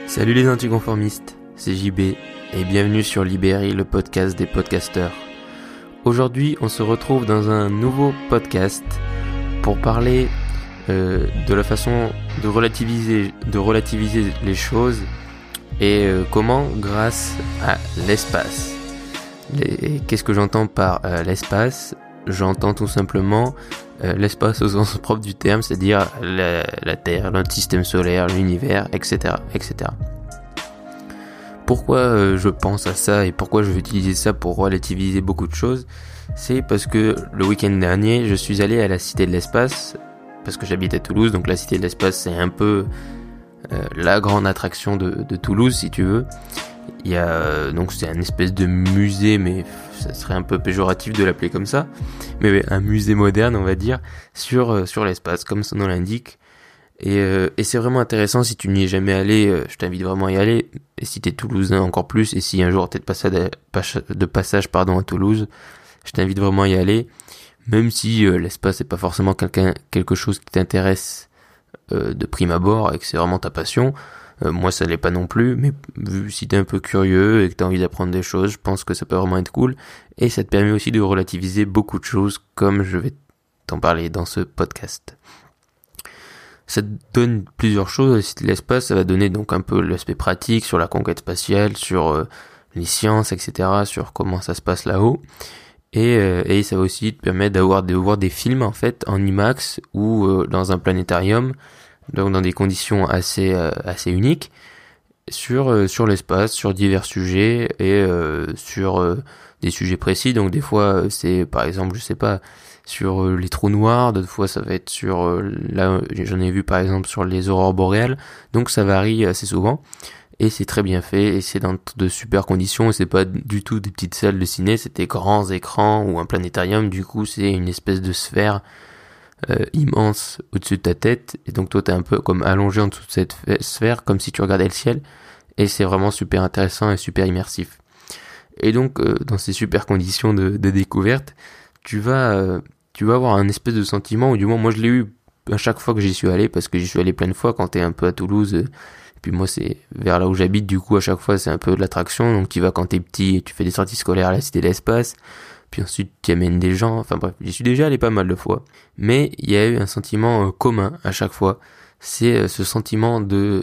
Salut les anticonformistes, c'est JB et bienvenue sur Libéry, le podcast des podcasteurs. Aujourd'hui, on se retrouve dans un nouveau podcast pour parler de la façon de relativiser les choses et comment grâce à l'espace. Qu'est-ce que j'entends par l'espace ? J'entends tout simplement l'espace au sens propre du terme, c'est-à-dire la Terre, notre système solaire, l'univers, etc., etc. Pourquoi je pense à ça et pourquoi je vais utiliser ça pour relativiser beaucoup de choses ? C'est parce que le week-end dernier, je suis allé à la Cité de l'Espace, parce que j'habite à Toulouse, donc la Cité de l'Espace c'est un peu la grande attraction de Toulouse si tu veux. Il y a donc c'est un espèce de musée, mais ça serait un peu péjoratif de l'appeler comme ça, mais un musée moderne on va dire sur l'espace comme son nom l'indique. Et c'est vraiment intéressant. Si tu n'y es jamais allé, je t'invite vraiment à y aller, et si t'es toulousain encore plus, et si un jour t'es de passage à Toulouse, je t'invite vraiment à y aller, même si l'espace c'est pas forcément quelque chose qui t'intéresse de prime abord et que c'est vraiment ta passion. Moi ça l'est pas non plus, mais si t'es un peu curieux et que t'as envie d'apprendre des choses, je pense que ça peut vraiment être cool, et ça te permet aussi de relativiser beaucoup de choses comme je vais t'en parler dans ce podcast. Ça te donne plusieurs choses. L'espace, ça va donner donc un peu l'aspect pratique sur la conquête spatiale, sur les sciences, etc., sur comment ça se passe là-haut. Et ça va aussi te permettre de voir des films en fait en IMAX ou dans un planétarium, donc dans des conditions assez uniques, sur l'espace, sur divers sujets et sur des sujets précis. Donc des fois c'est par exemple, je sais pas, sur les trous noirs, d'autres fois ça va être sur là j'en ai vu par exemple sur les aurores boréales, donc ça varie assez souvent et c'est très bien fait et c'est dans de super conditions, et c'est pas du tout des petites salles de ciné, c'est des grands écrans ou un planétarium. Du coup c'est une espèce de sphère immense au-dessus de ta tête, et donc toi t'es un peu comme allongé en dessous de cette sphère comme si tu regardais le ciel, et c'est vraiment super intéressant et super immersif. Et donc dans ces super conditions de découverte, tu vas avoir un espèce de sentiment, ou du moins moi je l'ai eu à chaque fois que j'y suis allé, parce que j'y suis allé plein de fois quand t'es un peu à Toulouse, et puis moi c'est vers là où j'habite, du coup à chaque fois c'est un peu de l'attraction. Donc tu vas quand t'es petit et tu fais des sorties scolaires à la Cité de l'Espace, puis ensuite tu amènes des gens, enfin bref, j'y suis déjà allé pas mal de fois, mais il y a eu un sentiment commun à chaque fois, c'est ce sentiment de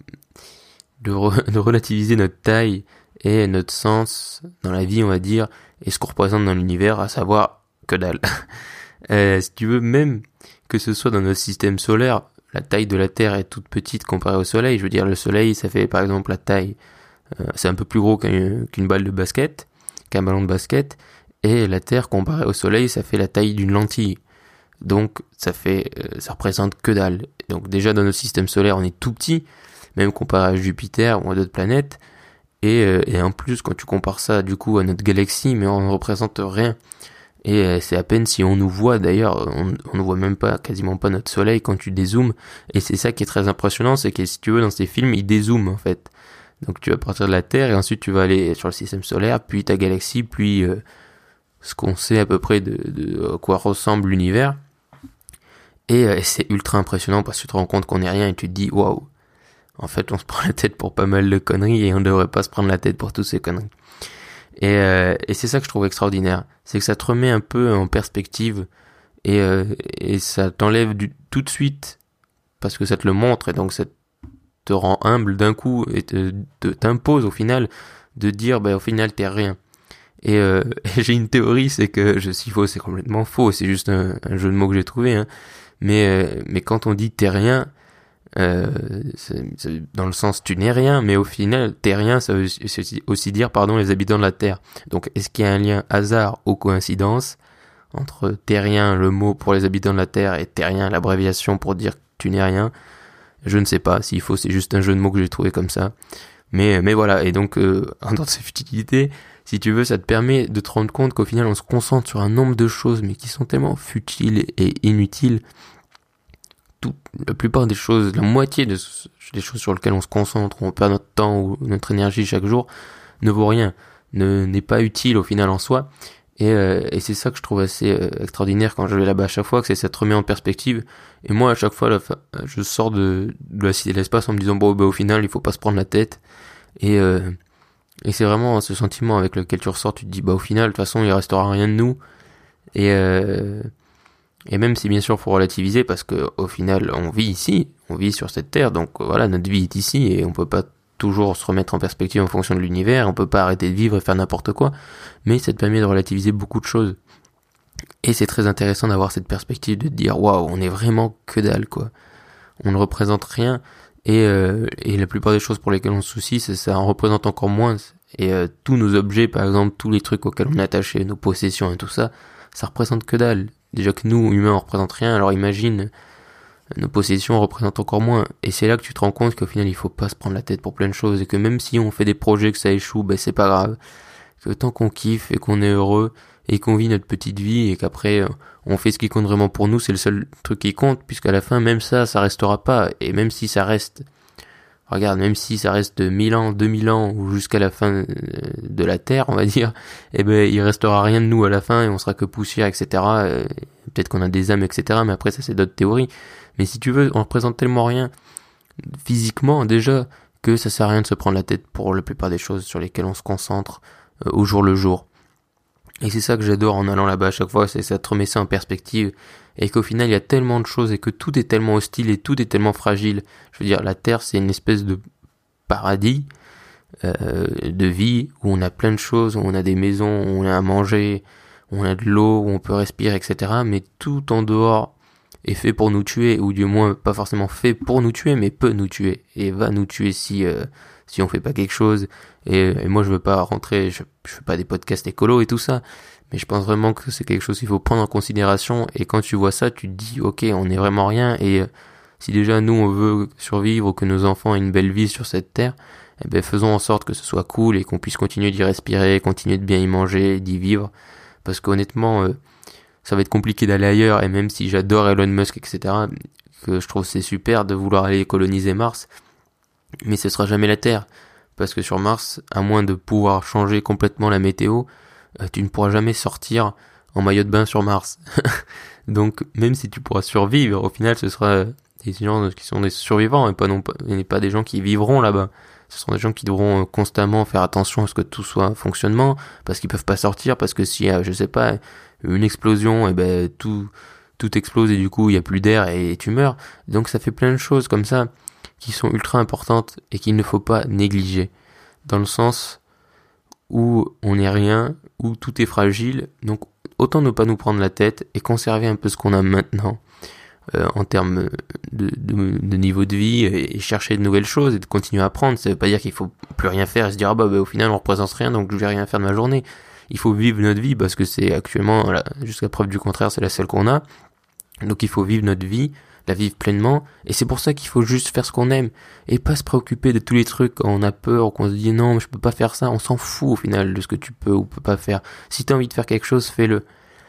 relativiser notre taille et notre sens dans la vie on va dire, et ce qu'on représente dans l'univers, à savoir que dalle. Si tu veux, même que ce soit dans notre système solaire, la taille de la Terre est toute petite comparée au Soleil. Je veux dire, le Soleil, ça fait par exemple la taille, c'est un peu plus gros qu'une balle de basket, qu'un ballon de basket, et la Terre comparée au Soleil, ça fait la taille d'une lentille. Donc ça représente que dalle. Donc déjà dans notre système solaire, on est tout petit, même comparé à Jupiter ou à d'autres planètes. Et en plus, quand tu compares ça du coup à notre galaxie, mais on ne représente rien. Et c'est à peine si on nous voit, d'ailleurs, on ne voit même pas, quasiment pas notre soleil quand tu dézoomes. Et c'est ça qui est très impressionnant, c'est que si tu veux, dans ces films, ils dézooment en fait. Donc tu vas partir de la Terre et ensuite tu vas aller sur le système solaire, puis ta galaxie, puis ce qu'on sait à peu près de à quoi ressemble l'univers. Et c'est ultra impressionnant parce que tu te rends compte qu'on est rien et tu te dis waouh. En fait, on se prend la tête pour pas mal de conneries et on devrait pas se prendre la tête pour toutes ces conneries. Et c'est ça que je trouve extraordinaire, c'est que ça te remet un peu en perspective et ça t'enlève tout de suite, parce que ça te le montre, et donc ça te rend humble d'un coup et t'impose au final de dire au final t'es rien. Et j'ai une théorie, c'est que si faux, c'est complètement faux, c'est juste un jeu de mots que j'ai trouvé, hein. Mais quand on dit t'es rien, c'est dans le sens tu n'es rien, mais au final t'es rien, ça veut aussi dire les habitants de la Terre. Donc est-ce qu'il y a un lien hasard ou coïncidence entre terrien, le mot pour les habitants de la Terre, et terrien, l'abréviation pour dire que tu n'es rien? Je ne sais pas, s'il faut, c'est juste un jeu de mots que j'ai trouvé comme ça, mais voilà. Et donc dans ces futilités, si tu veux, ça te permet de te rendre compte qu'au final on se concentre sur un nombre de choses mais qui sont tellement futiles et inutiles. La plupart des choses, la moitié des choses sur lesquelles on se concentre, où on perd notre temps ou notre énergie chaque jour, ne vaut rien, n'est pas utile au final en soi. Et c'est ça que je trouve assez extraordinaire quand je vais là-bas à chaque fois, que ça te remet en perspective. Et moi, à chaque fois, je sors de la cité de l'espace en me disant, bon, bah, au final, il faut pas se prendre la tête. Et, euh, et c'est vraiment ce sentiment avec lequel tu ressors, tu te dis, bah, au final, de toute façon, il restera rien de nous. Et, euh, et même si bien sûr, faut relativiser, parce que au final, on vit ici, on vit sur cette terre, donc voilà, notre vie est ici, et on peut pas toujours se remettre en perspective en fonction de l'univers, on peut pas arrêter de vivre et faire n'importe quoi, mais ça te permet de relativiser beaucoup de choses. Et c'est très intéressant d'avoir cette perspective de te dire waouh, on est vraiment que dalle quoi. On ne représente rien et la plupart des choses pour lesquelles on se soucie, ça en représente encore moins. Et tous nos objets, par exemple, tous les trucs auxquels on est attaché, nos possessions et tout ça, ça représente que dalle. Déjà que nous, humains, on représente rien, alors imagine, nos possessions représentent encore moins. Et c'est là que tu te rends compte qu'au final, il faut pas se prendre la tête pour plein de choses et que même si on fait des projets que ça échoue, ben c'est pas grave. Que tant qu'on kiffe et qu'on est heureux et qu'on vit notre petite vie et qu'après on fait ce qui compte vraiment pour nous, c'est le seul truc qui compte, puisqu'à la fin même ça restera pas. Et même si ça reste, regarde, même si ça reste 1000 ans, 2000 ans ou jusqu'à la fin de la Terre, on va dire, eh ben il restera rien de nous à la fin et on sera que poussière, etc. Peut-être qu'on a des âmes, etc. Mais après ça c'est d'autres théories. Mais si tu veux, on représente tellement rien physiquement déjà que ça sert à rien de se prendre la tête pour la plupart des choses sur lesquelles on se concentre au jour le jour. Et c'est ça que j'adore en allant là-bas à chaque fois, c'est ça te remet ça en perspective, et qu'au final il y a tellement de choses et que tout est tellement hostile et tout est tellement fragile. Je veux dire, la Terre c'est une espèce de paradis de vie où on a plein de choses, où on a des maisons, où on a à manger, où on a de l'eau, où on peut respirer, etc. Mais tout en dehors est fait pour nous tuer, ou du moins pas forcément fait pour nous tuer, mais peut nous tuer, et va nous tuer si on fait pas quelque chose. Et moi je veux pas rentrer, je fais pas des podcasts écolos et tout ça, mais je pense vraiment que c'est quelque chose qu'il faut prendre en considération, et quand tu vois ça, tu te dis ok, on est vraiment rien, et si déjà nous on veut survivre, ou que nos enfants aient une belle vie sur cette terre, eh ben faisons en sorte que ce soit cool et qu'on puisse continuer d'y respirer, continuer de bien y manger, d'y vivre, parce qu'honnêtement ça va être compliqué d'aller ailleurs, et même si j'adore Elon Musk, etc., que je trouve c'est super de vouloir aller coloniser Mars, mais ce sera jamais la Terre, parce que sur Mars, à moins de pouvoir changer complètement la météo, tu ne pourras jamais sortir en maillot de bain sur Mars. Donc même si tu pourras survivre, au final ce sera des gens qui sont des survivants et pas des gens qui vivront là-bas. Ce sont des gens qui devront constamment faire attention à ce que tout soit en fonctionnement, parce qu'ils peuvent pas sortir, parce que s'il y a, je sais pas, une explosion, et ben tout explose et du coup il y a plus d'air et tu meurs. Donc ça fait plein de choses comme ça qui sont ultra importantes et qu'il ne faut pas négliger, dans le sens où on n'est rien, où tout est fragile, donc autant ne pas nous prendre la tête et conserver un peu ce qu'on a maintenant en termes de niveau de vie, et chercher de nouvelles choses et de continuer à apprendre. Ça veut pas dire qu'il faut plus rien faire et se dire bah au final on représente rien donc je vais rien faire de ma journée. Il faut vivre notre vie parce que c'est actuellement, jusqu'à preuve du contraire, c'est la seule qu'on a. Donc il faut vivre notre vie, la vivre pleinement, et c'est pour ça qu'il faut juste faire ce qu'on aime et pas se préoccuper de tous les trucs quand on a peur ou qu'on se dit non mais je peux pas faire ça. On s'en fout au final de ce que tu peux ou peux pas faire. Si t'as envie de faire quelque chose, fais-le.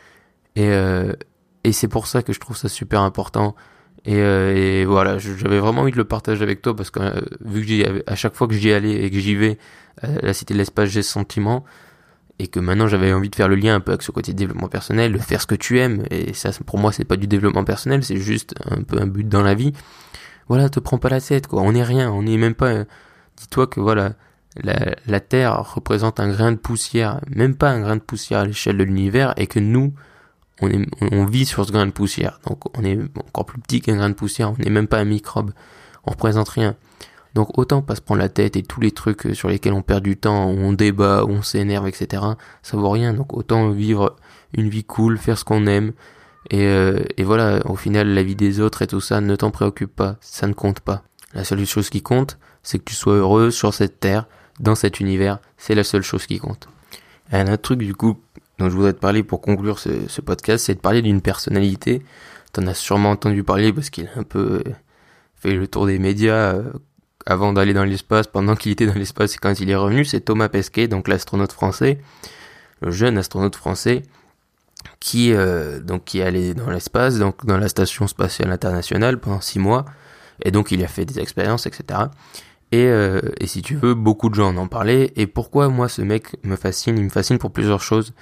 Et c'est pour ça que je trouve ça super important. Et voilà, j'avais vraiment envie de le partager avec toi parce que vu que à chaque fois que j'y allais et que j'y vais à la Cité de l'Espace, j'ai ce sentiment, et que maintenant j'avais envie de faire le lien un peu avec ce côté de développement personnel, de faire ce que tu aimes. Et ça, pour moi, c'est pas du développement personnel, c'est juste un peu un but dans la vie. Voilà, te prends pas la tête, quoi. On est rien, on est même pas. Dis-toi que voilà, la Terre représente un grain de poussière, même pas un grain de poussière à l'échelle de l'univers, et que nous, on vit sur ce grain de poussière. Donc on est encore plus petit qu'un grain de poussière, on n'est même pas un microbe, on représente rien. Donc autant pas se prendre la tête, et tous les trucs sur lesquels on perd du temps, où on débat, où on s'énerve, etc., ça vaut rien. Donc autant vivre une vie cool, faire ce qu'on aime, et voilà, au final la vie des autres et tout ça, ne t'en préoccupe pas, ça ne compte pas. La seule chose qui compte, c'est que tu sois heureux sur cette terre, dans cet univers, c'est la seule chose qui compte. Et un autre truc du coup dont je voudrais te parler pour conclure ce podcast, c'est de parler d'une personnalité. T'en as sûrement entendu parler parce qu'il a un peu fait le tour des médias avant d'aller dans l'espace, pendant qu'il était dans l'espace et quand il est revenu. C'est Thomas Pesquet, donc l'astronaute français, le jeune astronaute français qui est allé dans l'espace, donc dans la station spatiale internationale pendant 6 mois, et donc il a fait des expériences, etc. Et si tu veux, beaucoup de gens en ont parlé. Et pourquoi moi ce mec me fascine? Il me fascine pour plusieurs choses.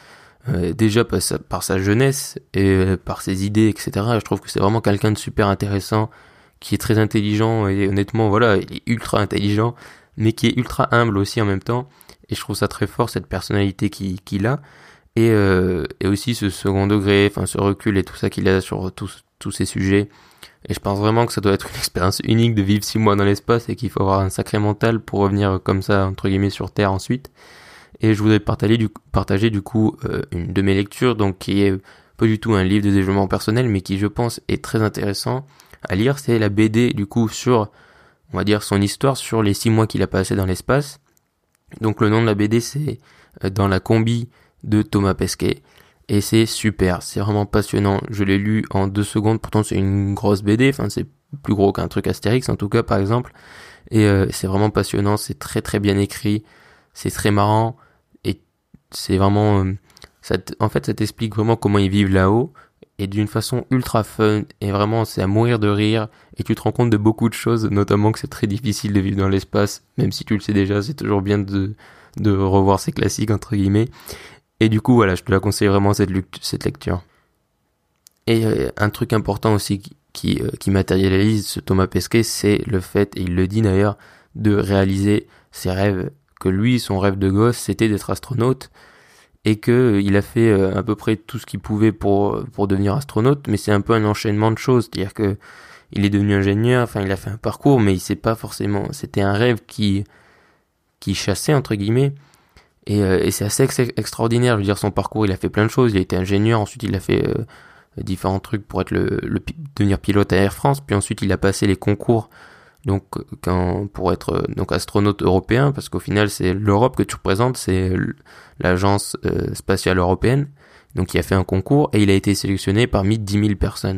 déjà par sa jeunesse et par ses idées, etc. Je trouve que c'est vraiment quelqu'un de super intéressant, qui est très intelligent, et honnêtement, voilà, il est ultra intelligent, mais qui est ultra humble aussi en même temps. Et je trouve ça très fort, cette personnalité qu'il a. Et aussi ce second degré, enfin ce recul et tout ça qu'il a sur tous ces sujets. Et je pense vraiment que ça doit être une expérience unique de vivre 6 mois dans l'espace et qu'il faut avoir un sacré mental pour revenir comme ça, entre guillemets, sur Terre ensuite. Et je voudrais partager du coup une de mes lectures, donc qui est pas du tout un livre de développement personnel, mais qui je pense est très intéressant à lire. C'est la BD du coup sur, on va dire, son histoire sur les 6 mois qu'il a passé dans l'espace. Donc le nom de la BD c'est Dans la combi de Thomas Pesquet. Et c'est super, c'est vraiment passionnant. Je l'ai lu en 2 secondes, pourtant c'est une grosse BD, enfin c'est plus gros qu'un truc Astérix en tout cas par exemple. Et c'est vraiment passionnant, c'est très très bien écrit, c'est très marrant, et c'est vraiment... en fait ça t'explique vraiment comment ils vivent là-haut, et d'une façon ultra fun, et vraiment c'est à mourir de rire, et tu te rends compte de beaucoup de choses, notamment que c'est très difficile de vivre dans l'espace, même si tu le sais déjà, c'est toujours bien de revoir ces classiques entre guillemets. Et du coup, voilà, je te la conseille vraiment cette lecture. Et un truc important aussi qui matérialise ce Thomas Pesquet, c'est le fait, et il le dit d'ailleurs, de réaliser ses rêves. Que lui, son rêve de gosse, c'était d'être astronaute, et que il a fait à peu près tout ce qu'il pouvait pour devenir astronaute, mais c'est un peu un enchaînement de choses, c'est-à-dire que il est devenu ingénieur, enfin il a fait un parcours, mais il sait pas forcément, c'était un rêve qui chassait entre guillemets. Et c'est assez extraordinaire, je veux dire, son parcours, il a fait plein de choses, il a été ingénieur, ensuite il a fait différents trucs pour être devenir pilote à Air France, puis ensuite il a passé les concours donc pour être donc astronaute européen, parce qu'au final c'est l'Europe que tu représentes, c'est l'agence spatiale européenne, donc il a fait un concours et il a été sélectionné parmi 10 000 personnes.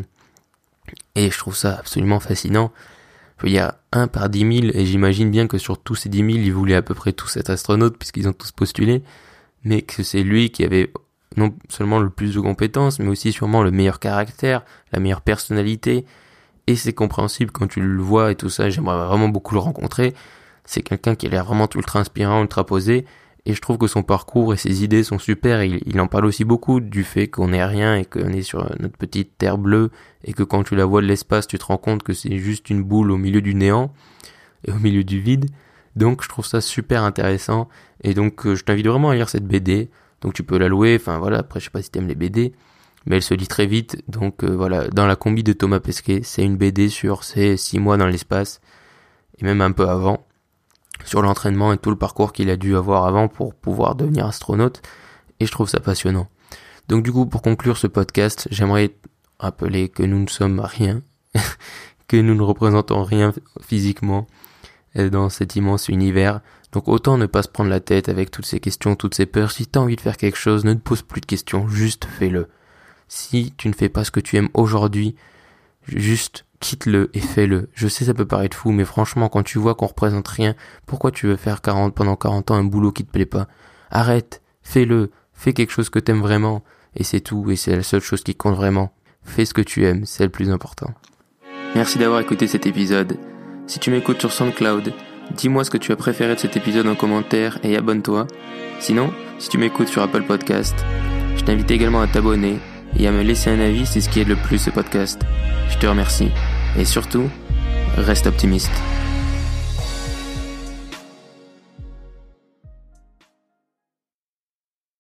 Et je trouve ça absolument fascinant. Il y a 1 par 10 000, et j'imagine bien que sur tous ces 10 000, ils voulaient à peu près tous être astronautes, puisqu'ils ont tous postulé, mais que c'est lui qui avait non seulement le plus de compétences, mais aussi sûrement le meilleur caractère, la meilleure personnalité, et c'est compréhensible quand tu le vois et tout ça, j'aimerais vraiment beaucoup le rencontrer. C'est quelqu'un qui a l'air vraiment ultra inspirant, ultra posé, et je trouve que son parcours et ses idées sont super. Il en parle aussi beaucoup du fait qu'on est rien et qu'on est sur notre petite terre bleue, et que quand tu la vois de l'espace, tu te rends compte que c'est juste une boule au milieu du néant et au milieu du vide. Donc je trouve ça super intéressant, et donc je t'invite vraiment à lire cette BD. Donc tu peux la louer, enfin voilà, après je sais pas si t'aimes les BD, mais elle se lit très vite. Donc voilà, Dans la combi de Thomas Pesquet, c'est une BD sur ses 6 mois dans l'espace, et même un peu avant, sur l'entraînement et tout le parcours qu'il a dû avoir avant pour pouvoir devenir astronaute, et je trouve ça passionnant. Donc du coup, pour conclure ce podcast, j'aimerais rappeler que nous ne sommes rien, que nous ne représentons rien physiquement dans cet immense univers. Donc autant ne pas se prendre la tête avec toutes ces questions, toutes ces peurs. Si t'as envie de faire quelque chose, ne te pose plus de questions, juste fais-le. Si tu ne fais pas ce que tu aimes aujourd'hui, juste quitte-le et fais-le. Je sais, ça peut paraître fou, mais franchement, quand tu vois qu'on représente rien, pourquoi tu veux faire pendant 40 ans un boulot qui te plaît pas? Arrête, fais-le, fais quelque chose que t'aimes vraiment, et c'est tout, et c'est la seule chose qui compte vraiment. Fais ce que tu aimes, c'est le plus important. Merci d'avoir écouté cet épisode. Si tu m'écoutes sur SoundCloud, dis-moi ce que tu as préféré de cet épisode en commentaire et abonne-toi. Sinon, si tu m'écoutes sur Apple Podcast, je t'invite également à t'abonner et à me laisser un avis, c'est ce qui aide le plus ce podcast. Je te remercie. Et surtout, reste optimiste.